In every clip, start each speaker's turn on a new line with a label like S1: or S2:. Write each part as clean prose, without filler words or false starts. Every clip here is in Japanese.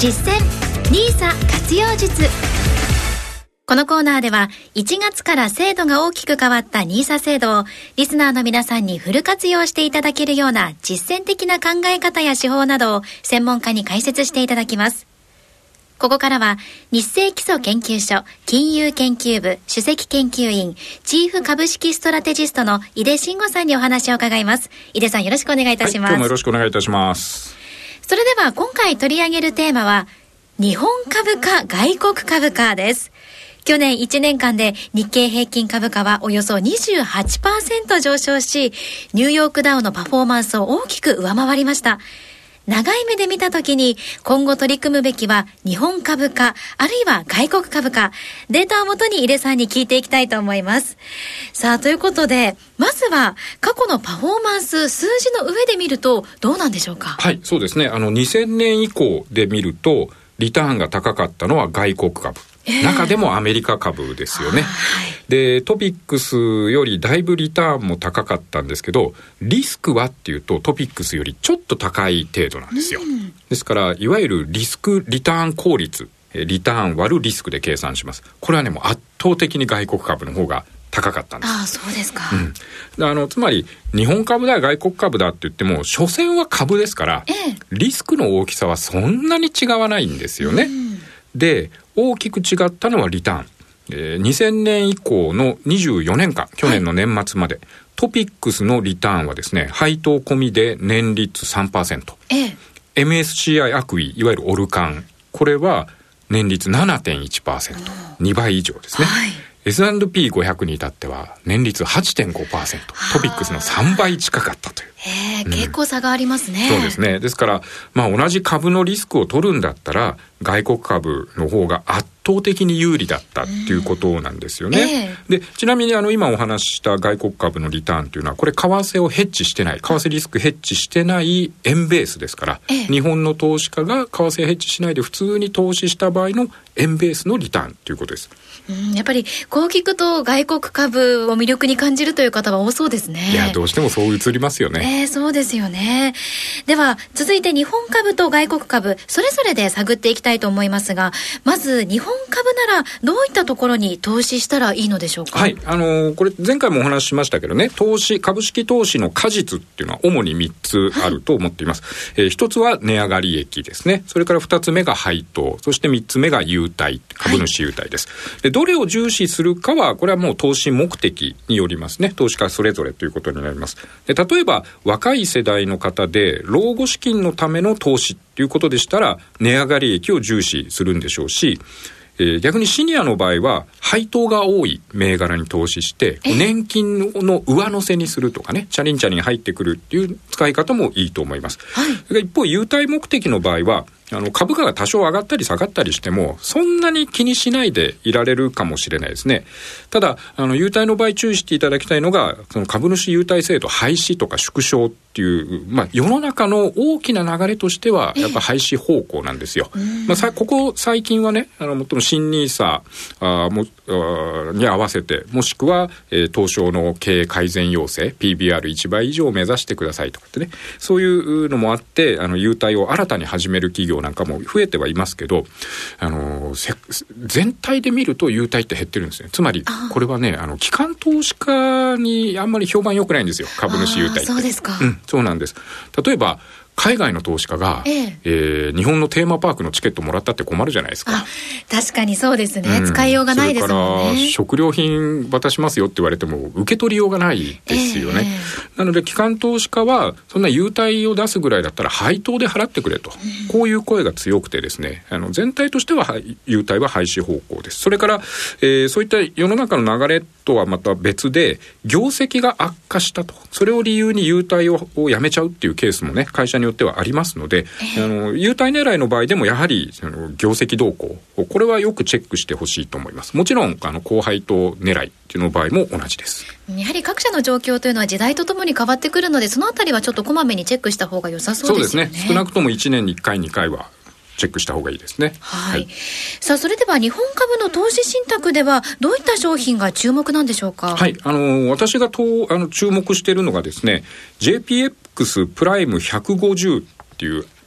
S1: 実践 NISA 活用術。このコーナーでは1月から制度が大きく変わった NISA 制度をリスナーの皆さんにフル活用していただけるような実践的な考え方や手法などを専門家に解説していただきます。ここからは日清基礎研究所金融研究部首席研究員チーフ株式ストラテジストの井出慎吾さんにお話を伺います。井出さん、よろしくお願いいたします。
S2: 今日もよろしくお願いいたします。
S1: それでは今回取り上げるテーマは日本株価外国株価です。去年1年間で日経平均株価はおよそ 28% 上昇し、ニューヨークダウのパフォーマンスを大きく上回りました。長い目で見たときに今後取り組むべきは日本株価あるいは外国株価、データをもとに井出さんに聞いていきたいと思います。さあ、ということでまずは過去のパフォーマンス、数字の上で見るとどうなんでしょうか。
S2: はい、そうですね。2000年以降で見るとリターンが高かったのは外国株、中でもアメリカ株ですよね。はい、でトピックスよりだいぶリターンも高かったんですけど、リスクはっていうとトピックスよりちょっと高い程度なんですよ。ですからいわゆるリスクリターン効率、リターン割るリスクで計算します。これはね、もう圧倒的に外国株の方が高かったんです。
S1: ああ、そうですか。
S2: つまり日本株だ外国株だって言っても所詮は株ですから、リスクの大きさはそんなに違わないんですよね。で大きく違ったのはリターン、2000年以降の24年間、去年の年末まで、トピックスのリターンはですね、配当込みで年率 3%、MSCI アクイ、いわゆるオルカン、これは年率 7.1%、2倍以上ですね。S&P500 に至っては年率 8.5%、トピックスの3倍近かったという。
S1: 結構差がありますね。
S2: そうですね。ですから、同じ株のリスクを取るんだったら外国株の方が圧倒的に有利だったっていうことなんですよね。でちなみに今お話しした外国株のリターンというのは、これ為替をヘッジしてない、為替リスクヘッジしてない円ベースですから、日本の投資家が為替ヘッジしないで普通に投資した場合の円ベースのリターンということです。
S1: やっぱりこう聞くと外国株を魅力に感じるという方は多そうですね。
S2: いや、どうしてもそう映りますよね。
S1: そうですよね。では続いて日本株と外国株それぞれで探っていきたいと思いますが、まず日本株ならどういったところに投資したらいいのでしょうか。
S2: はい、これ前回もお話ししましたけどね、株式投資の果実っていうのは主に3つあると思っています。1つは値上がり益ですね。それから2つ目が配当、そして3つ目が優待、株主優待です。でどれを重視するかはこれはもう投資目的によりますね。投資家それぞれということになります。で例えば若い世代の方で老後資金のための投資ということでしたら値上がり益を重視するんでしょうし、逆にシニアの場合は配当が多い銘柄に投資して年金の上乗せにするとかね、チャリンチャリン入ってくるっていう使い方もいいと思います。一方優待目的の場合は株価が多少上がったり下がったりしてもそんなに気にしないでいられるかもしれないですね。ただ優待の場合注意していただきたいのが、その株主優待制度廃止とか縮小っていう、世の中の大きな流れとしてはやっぱ廃止方向なんですよ。ここ最近はね、もっとも新NISAに合わせて、もしくは、東証の経営改善要請 PBR1 倍以上を目指してくださいとかってね、そういうのもあって優待を新たに始める企業なんかも増えてはいますけど、全体で見ると優待って減ってるんですね。つまりこれはね、機関投資家にあんまり評判良くないんですよ、株主優待って。
S1: そうですか。
S2: そうなんです。例えば海外の投資家が、日本のテーマパークのチケットもらったって困るじゃないですか。
S1: 確かにそうですね、使いようがないですもんね。
S2: それから食料品渡しますよって言われても受け取りようがないですよね。なので機関投資家はそんな優待を出すぐらいだったら配当で払ってくれと、こういう声が強くてですね、全体としては優待は廃止方向です。それから、そういった世の中の流れとはまた別で業績が悪化したと、それを理由に優待をやめちゃうっていうケースもね、会社によってはありますので、優待狙いの場合でもやはり業績動向、これはよくチェックしてほしいと思います。もちろん高配当狙いっていうの場合も同じです。
S1: やはり各社の状況というのは時代とともに変わってくるので、そのあたりはちょっとこまめにチェックした方が良さそうですよね。
S2: そうですね。少なくとも1年に1回2回はチェックした方がいいですね。
S1: さあ、それでは日本株の投資信託ではどういった商品が注目なんでしょうか。
S2: 私が注目しているのがですね、JPX プライム150っていう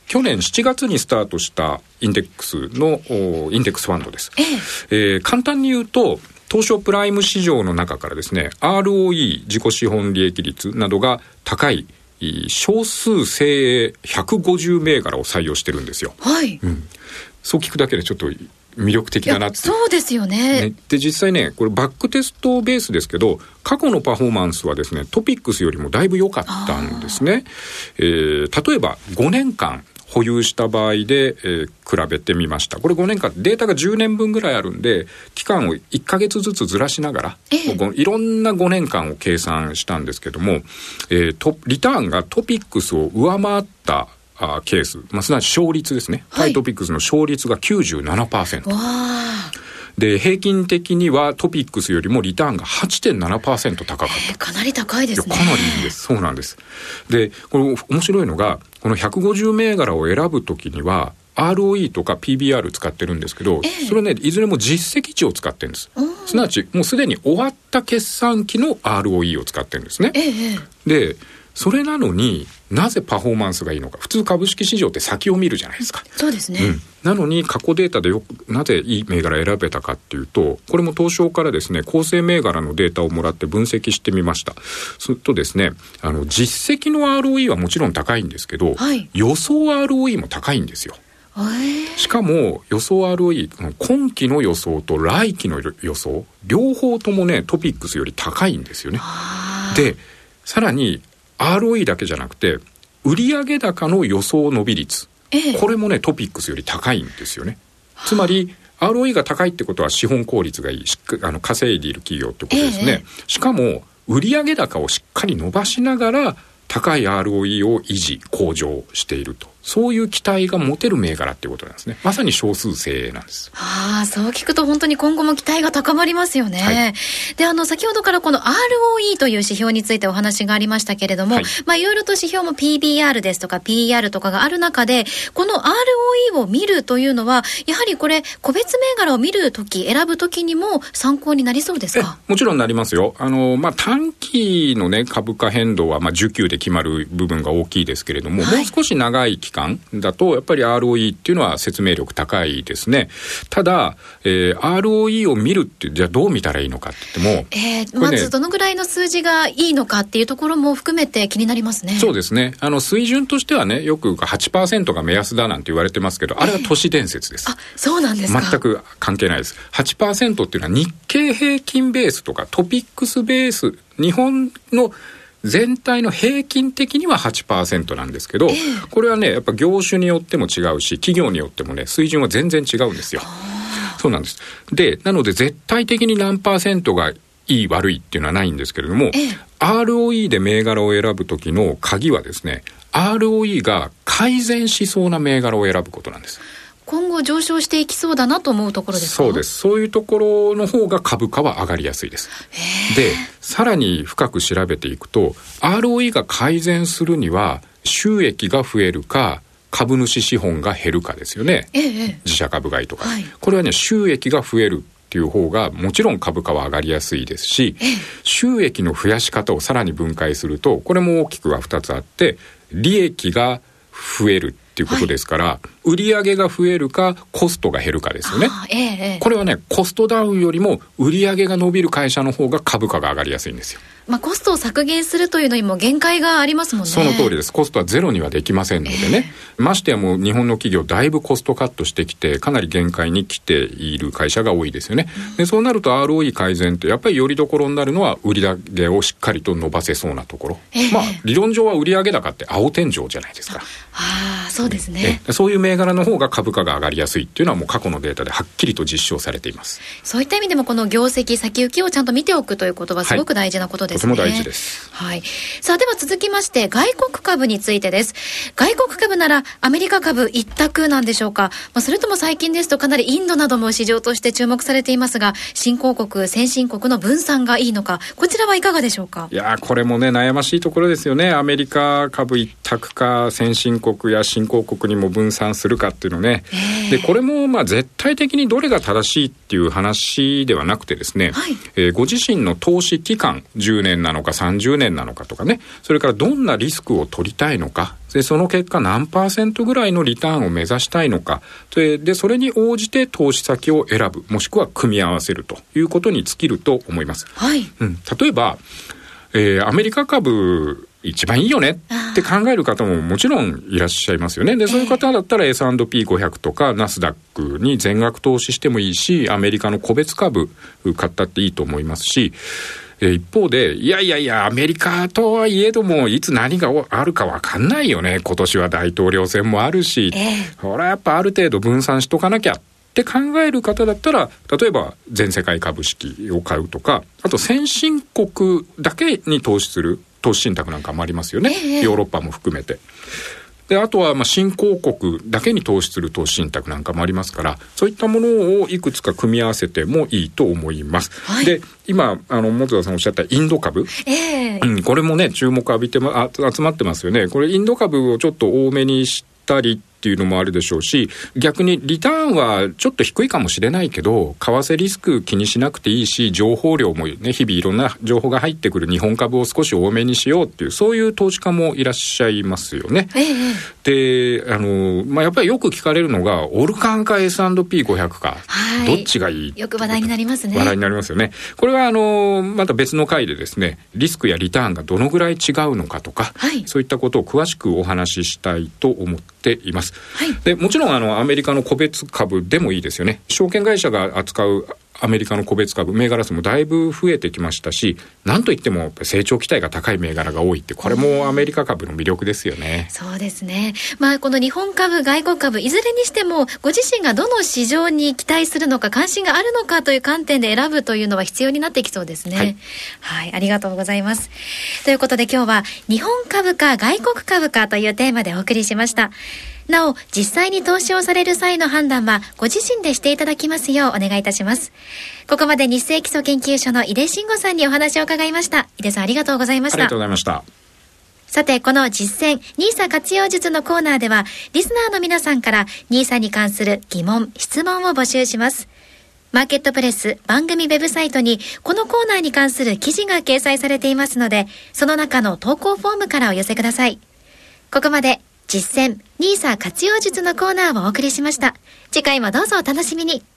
S2: 去年7月にスタートしたインデックスファンドです。簡単に言うと、東証プライム市場の中からですね、ROE 自己資本利益率などが高い少数精鋭150銘柄を採用してるんですよ。はい。そう聞くだけでちょっと魅力的だなって。
S1: そうですよね。
S2: で、実際ね、これバックテストベースですけど、過去のパフォーマンスはですね、トピックスよりもだいぶ良かったんですね。例えば5年間保有した場合で、比べてみました。これ5年間データが10年分ぐらいあるんで、期間を1ヶ月ずつずらしながら、いろんな5年間を計算したんですけども、リターンがトピックスを上回ったケース、すなわち勝率ですね、対トピックスの勝率が 97%、で平均的にはトピックスよりもリターンが 8.7% 高かった。
S1: かなり高いですね。
S2: かなりいいんです。そうなんです。でこれ面白いのが、この150銘柄を選ぶときには ROE とか PBR 使ってるんですけど、それね、いずれも実績値を使ってるんです。すなわちもうすでに終わった決算期の ROE を使ってるんですね。でそれなのになぜパフォーマンスがいいのか。普通株式市場って先を見るじゃないですか。
S1: そうですね。
S2: なのに過去データでなぜいい銘柄選べたかっていうと、これも東証からですね、構成銘柄のデータをもらって分析してみました。するとですね、実績の ROE はもちろん高いんですけど、予想 ROE も高いんですよ。しかも予想 ROE、 今期の予想と来期の予想両方ともね、トピックスより高いんですよね。でさらにROE だけじゃなくて売上高の予想伸び率、これもねトピックスより高いんですよね。つまり ROE が高いってことは資本効率がいい、稼いでいる企業ってことですね。しかも売上高をしっかり伸ばしながら高い ROE を維持向上していると、そういう期待が持てる銘柄っていうことなんですね。まさに少数精鋭なんです。
S1: そう聞くと本当に今後も期待が高まりますよね。で先ほどからこの ROE という指標についてお話がありましたけれども、いろいろと指標も PBR ですとか PR とかがある中で、この ROE を見るというのはやはりこれ個別銘柄を見るとき、選ぶときにも参考になりそうですか？
S2: もちろんなりますよ。短期のね株価変動は需給で決まる部分が大きいですけれども、もう少し長い期間だとやっぱり ROE っていうのは説明力高いですね。ただ、ROE を見るってじゃあどう見たらいいのかって言っても、
S1: まずどのぐらいの数字がいいのかっていうところも含めて気になりますね。
S2: そうですね。水準としてはね、よく 8% が目安だなんて言われてますけど、あれは都市伝説です。
S1: そうなんですか。
S2: 全く関係ないです。 8% っていうのは日経平均ベースとかトピックスベース、日本の全体の平均的には 8% なんですけど、これはねやっぱ業種によっても違うし、企業によってもね水準は全然違うんですよ。そうなんです。でなので絶対的に何%がいい悪いっていうのはないんですけれども、ROE で銘柄を選ぶ時の鍵はですね、 ROE が改善しそうな銘柄を選ぶことなんです。
S1: 今後上昇していきそうだなと思うところですか？
S2: そうです。そういうところの方が株価は上がりやすいです。でさらに深く調べていくと、 ROE が改善するには収益が増えるか株主資本が減るかですよね。自社株買いとか、これはね収益が増えるっていう方がもちろん株価は上がりやすいですし、収益の増やし方をさらに分解すると、これも大きくは2つあって、利益が増えるっていうことですから、売上が増えるかコストが減るかですよね。これはねコストダウンよりも売上が伸びる会社の方が株価が上がりやすいんですよ。
S1: コストを削減するというのにも限界がありますもんね。
S2: その通りです。コストはゼロにはできませんのでね、ましてやもう日本の企業だいぶコストカットしてきてかなり限界に来ている会社が多いですよね。でそうなると ROE 改善ってやっぱりよりどころになるのは売上をしっかりと伸ばせそうなところ、理論上は売上高って青天井じゃないですか。
S1: そうですね。
S2: そういう銘柄の方が株価が上がりやすいっていうのはもう過去のデータではっきりと実証されています。
S1: そういった意味でもこの業績先行きをちゃんと見ておくということはすごく大事なことですね。
S2: とても大事です。
S1: さあでは続きまして外国株についてです。外国株ならアメリカ株一択なんでしょうか。それとも最近ですとかなりインドなども市場として注目されていますが、新興国先進国の分散がいいのか、こちらはいかがでしょうか。
S2: いやこれもね悩ましいところですよね。アメリカ株一択か先進国や新興国にも分散すするかっていうのね、でこれも絶対的にどれが正しいっていう話ではなくてですね、ご自身の投資期間10年なのか30年なのかとかね、それからどんなリスクを取りたいのか、でその結果何%ぐらいのリターンを目指したいのか、でそれに応じて投資先を選ぶ、もしくは組み合わせるということに尽きると思います、例えば、アメリカ株一番いいよねって考える方ももちろんいらっしゃいますよね。でそういう方だったら S&P500 とかナスダックに全額投資してもいいし、アメリカの個別株買ったっていいと思いますし、一方でいやアメリカとはいえどもいつ何があるか分かんないよね、今年は大統領選もあるし、これはやっぱある程度分散しとかなきゃって考える方だったら、例えば全世界株式を買うとか、あと先進国だけに投資する投資信託なんかもありますよね、ヨーロッパも含めて。であとは新興国だけに投資する投資信託なんかもありますから、そういったものをいくつか組み合わせてもいいと思います、で今本田さんおっしゃったインド株、これもね注目浴びて集まってますよね。これインド株をちょっと多めにしたりっていうのもあるでしょうし、逆にリターンはちょっと低いかもしれないけど為替リスク気にしなくていいし、情報量もね日々いろんな情報が入ってくる日本株を少し多めにしようっていう、そういう投資家もいらっしゃいますよね、でやっぱりよく聞かれるのがオルカンか S&P500 か、どっちがいい、
S1: よく話題になりますね。
S2: 話題になりますよね。これはまた別の回でですね、リスクやリターンがどのぐらい違うのかとか、そういったことを詳しくお話ししたいと思っています。でもちろんアメリカの個別株でもいいですよね。証券会社が扱うアメリカの個別株銘柄数もだいぶ増えてきましたし、なんといっても成長期待が高い銘柄が多いって、これもアメリカ株の魅力ですよね。
S1: そうですね、この日本株外国株いずれにしてもご自身がどの市場に期待するのか関心があるのかという観点で選ぶというのは必要になってきそうですね。ありがとうございます。ということで今日は日本株か外国株かというテーマでお送りしました。なお、実際に投資をされる際の判断はご自身でしていただきますようお願いいたします。ここまで日清基礎研究所の井出慎吾さんにお話を伺いました。井出さんありがとうございました。
S2: ありがとうございました。
S1: さて、この実践 NISA 活用術のコーナーではリスナーの皆さんから NISA に関する疑問・質問を募集します。マーケットプレス番組ウェブサイトにこのコーナーに関する記事が掲載されていますので、その中の投稿フォームからお寄せください。ここまで実践 NISA 活用術のコーナーをお送りしました。次回もどうぞお楽しみに。